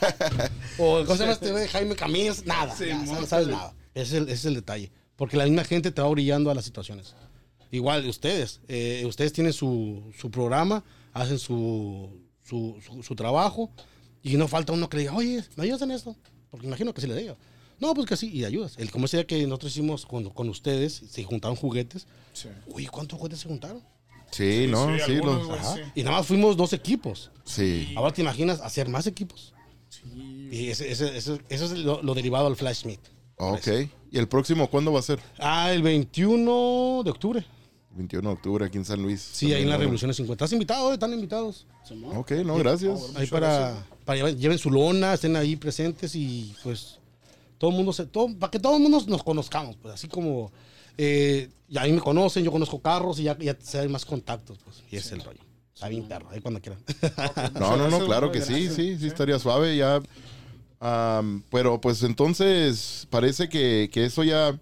O ¿cómo se llama este güey? Jaime Camillas, nada, ya, Simón. no sabes nada. Ese es, el, ese es el detalle. Porque la misma gente te va brillando a las situaciones. Igual ustedes, eh, ustedes tienen su, su programa, hacen su, su, su, su trabajo y no falta uno que le diga, oye, ¿me ayudas en esto? Porque imagino que sí le diga. No, pues que sí, y ayudas. El, como ese día que nosotros hicimos con, con ustedes, se juntaron juguetes. Sí. Uy, ¿cuántos juguetes se juntaron? Sí, ¿no? Sí, algunos, los- güey, Ajá. sí. Y nada más fuimos dos equipos. sí. Ahora te imaginas hacer más equipos. Sí. Y ese, ese- ese- eso es lo, lo derivado al Flash Meet. Ok. ¿Y el próximo cuándo va a ser? Ah, el veintiuno de octubre. veintiuno de octubre aquí en San Luis. Sí, ahí en la Revolución cincuenta. ¿Estás invitado? eh? ¿Están invitados? Simón. Ok, no, gracias. Ahí Muchas para, gracias. para llevar- lleven su lona, estén ahí presentes y pues todo el mundo se, todo, para que todo el mundo nos, nos conozcamos, pues así como eh, ya ahí me conocen, yo conozco carros y ya, ya se hay más contactos, pues, y ese es el rollo. Está bien perro, ahí cuando quieran. No, no, no, Gracias, claro güey, que sí, gracias. sí, sí estaría suave ya. Am, pero pues entonces parece que, que eso ya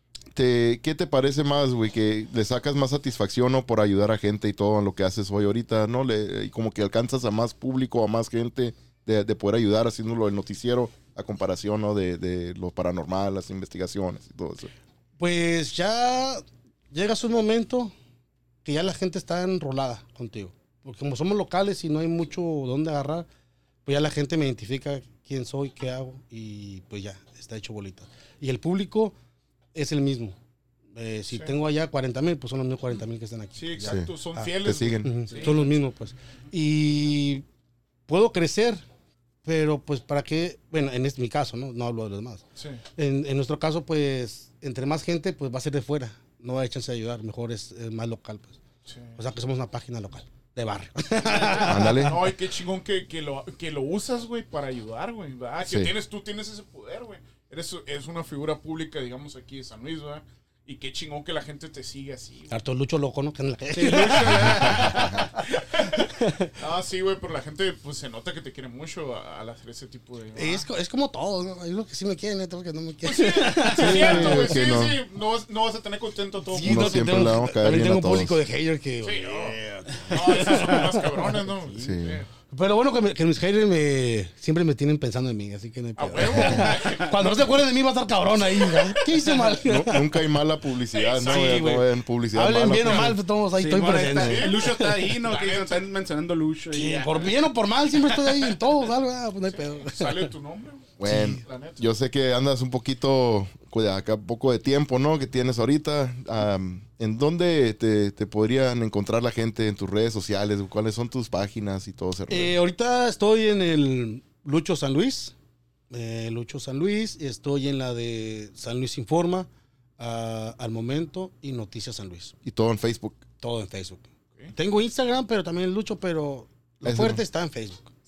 te, ¿qué te parece más, güey? Que le sacas más satisfacción, ¿no? Por ayudar a gente y todo en lo que haces hoy ahorita, ¿no? Le, y como que alcanzas a más público, a más gente de, de poder ayudar haciéndolo el noticiero a comparación, ¿no? De, de lo paranormal, las investigaciones y todo eso. Pues ya llegas un momento que ya la gente está enrolada contigo. Porque como somos locales y no hay mucho donde agarrar, pues ya la gente me identifica quién soy, qué hago y pues ya, está hecho bolita. Y el público es el mismo. Eh, si Sí. tengo allá cuarenta mil, pues son los mismos cuarenta mil que están aquí. Sí, exacto. Sí. Son Ah, fieles. te siguen. güey. Ujú, Sí. Son los mismos, pues. Y puedo crecer, pero pues para qué, bueno, en este, mi caso, ¿no? No hablo de los demás. Sí. En, en nuestro caso, pues, entre más gente, pues va a ser de fuera. No hay chance de ayudar, mejor es, es más local, pues. Sí. O sea que somos una página local, de barrio. Ándale. No, y qué chingón que, que, lo, que lo usas, güey, para ayudar, güey. ¿Verdad? Que Sí. tienes, tú tienes ese poder, güey. Eres es una figura pública, digamos, aquí de San Luis, ¿verdad? Y qué chingón que la gente te sigue así, güey. Harto Lucho loco, ¿no? Que en la- Ah, sí, güey, pero la gente, pues, se nota que te quiere mucho a- al hacer ese tipo de... es, co- es como todo, ¿no? Hay unos que sí me quieren, hay otros que no me quieren. Sí, es cierto, güey. sí, Sí, no. sí. No, vas- no vas a tener contento a todo el Sí, mundo. No no, siempre tengo- le vamos a caer también bien tengo a un público de todos. haters que... Sí, no. No, esos son más cabrones, ¿no? Sí. Pero bueno, que, me- que mis haters me, siempre me tienen pensando en mí, así que no hay A pedo. huevo. Cuando no se acuerden de mí va a estar cabrón ahí. ¿no? ¿Qué hice mal? Nu- nunca hay mala publicidad, ¿no? Sí, güey? güey. No hay publicidad Hablen mala, bien o pues. mal, pues todos ahí Sí, estoy bueno, ahí está. presente. El Lucho está ahí, ¿no? Que están mencionando Lucho. Sí, Y, por bien o por mal, siempre estoy ahí en todos, algo, ah, pues no hay pedo. Sale tu nombre, güey. Bueno, La neta. yo sé que andas un poquito, cuida, acá un poco de tiempo, ¿no? Que tienes ahorita. Am, ¿En dónde te, te podrían encontrar la gente en tus redes sociales? ¿Cuáles son tus páginas y todo ese rollo? Eh, ahorita estoy en el Lucho San Luis, eh, Lucho San Luis, estoy en la de San Luis Informa, ah, al momento, y Noticias San Luis, Y todo en Facebook. todo en Facebook. Ok. Tengo Instagram, pero también Lucho, pero lo Ese fuerte no. está en Facebook.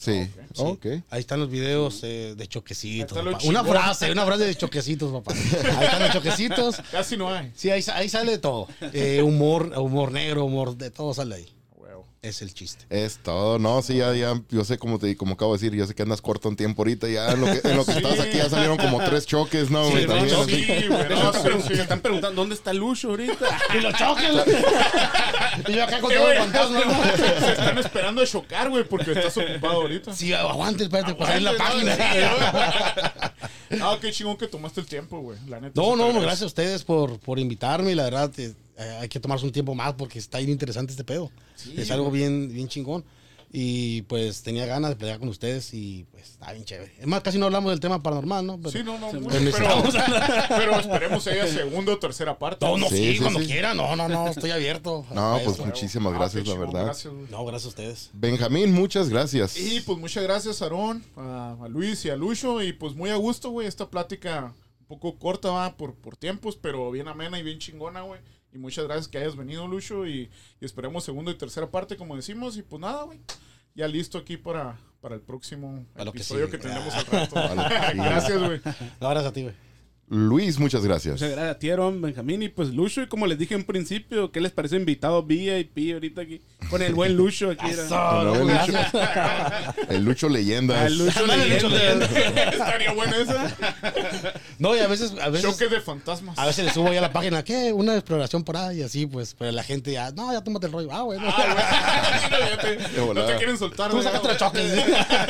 Sí. Sí. Ok. Ahí están los videos eh, de choquecitos. Ahí está lo papá. Una chingón. frase, una frase de choquecitos, papá. Ahí están los choquecitos. Casi no hay. Sí, ahí, sa- ahí sale de todo. Eh, humor, humor negro, humor de todo sale ahí. Huevo. Es el chiste. Es todo, no, sí, ya, ya, yo sé como te, como acabo de decir, yo sé que andas corto en tiempo ahorita, ya en lo que, en lo que Sí. estás aquí ya salieron como tres choques, ¿no, güey? Sí, También, no, así. Sí, güey. De No, hecho, sí, se pregun- sí. se están preguntando dónde está Lucho ahorita. ¡Y lo choquen! Y yo acá con Eh, todo el güey, fantasma. Se están esperando a chocar, güey, porque estás ocupado ahorita. Sí, aguante, espérate, para salir en la Aguante, página. ¿no? Ah, qué chingón que tomaste el tiempo, güey. La neta. No, se te no, no, agradece. gracias a ustedes por, por invitarme. Y la verdad, eh, eh, hay que tomarse un tiempo más porque está bien interesante este pedo. es algo bien, bien chingón. Y pues tenía ganas de pelear con ustedes y pues está bien chévere. Es más, casi no hablamos del tema paranormal, ¿no? Pero, Sí, no, no. pero Pero, necesitamos pero esperemos que haya segunda o tercera parte. No, no, Sí, sí, sí, cuando sí. quiera. No, no, no, estoy abierto. No, a pues eso. muchísimas Ah, gracias, qué la chingón, verdad. gracias, güey. No, gracias a ustedes. Benjamín, muchas gracias. Y pues muchas gracias, Aarón, a, a Luis y a Lucho. Y pues muy a gusto, güey. Esta plática un poco corta, va, por, por tiempos, pero bien amena y bien chingona, güey. Y muchas gracias que hayas venido, Lucho. Y, y esperemos segunda y tercera parte, como decimos. Y pues nada, güey. Ya listo aquí para, para el próximo Para lo que episodio sigue. que, tendremos al rato. Para lo que sigue. Gracias, güey. No, gracias a ti, güey. Luis, muchas gracias. Muchas gracias a ti, Aaron, Benjamín y pues Lucho. Y como les dije en principio, ¿qué les parece invitado V I P ahorita aquí? Con el buen Lucho aquí. era. Eso, no, no, Lucho. gracias. El Lucho Leyendas. Ah, Lucho Ándale, Lucho leyenda. Estaría buena esa. No, y a veces, a veces, Choque de fantasmas. a veces le subo ya a la página, ¿qué? Una exploración por ahí, y así, pues, pero la gente ya, no, ya tómate el rollo. Ah, bueno. Ah, güey. Ya te- De no volada. te quieren soltar. Tú güey. sacaste los choques.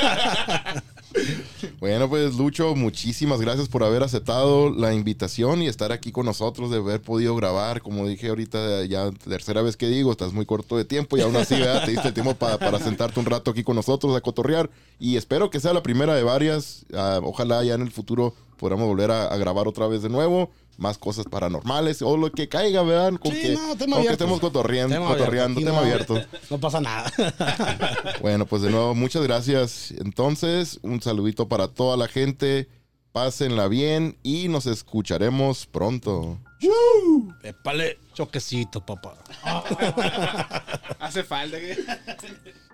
Bueno, pues Lucho, muchísimas gracias por haber aceptado la invitación y estar aquí con nosotros, de haber podido grabar. Como dije ahorita, ya tercera vez que digo, estás muy corto de tiempo y aún así, ¿verdad? Te diste el tiempo pa- para sentarte un rato aquí con nosotros a cotorrear. Y espero que sea la primera de varias. Ah, ojalá ya en el futuro podamos volver a, a grabar otra vez de nuevo. Más cosas paranormales o lo que caiga, ¿verdad? Con Sí, que, no, tema con que abierto. estemos cotorreando, Tema cotorreando, abierto, aquí tema no- abierto. No pasa nada. Bueno, pues de nuevo, muchas gracias. Entonces, un saludito para toda la gente. Pásenla bien y nos escucharemos pronto. Épale, choquecito, papá. Hace falta que.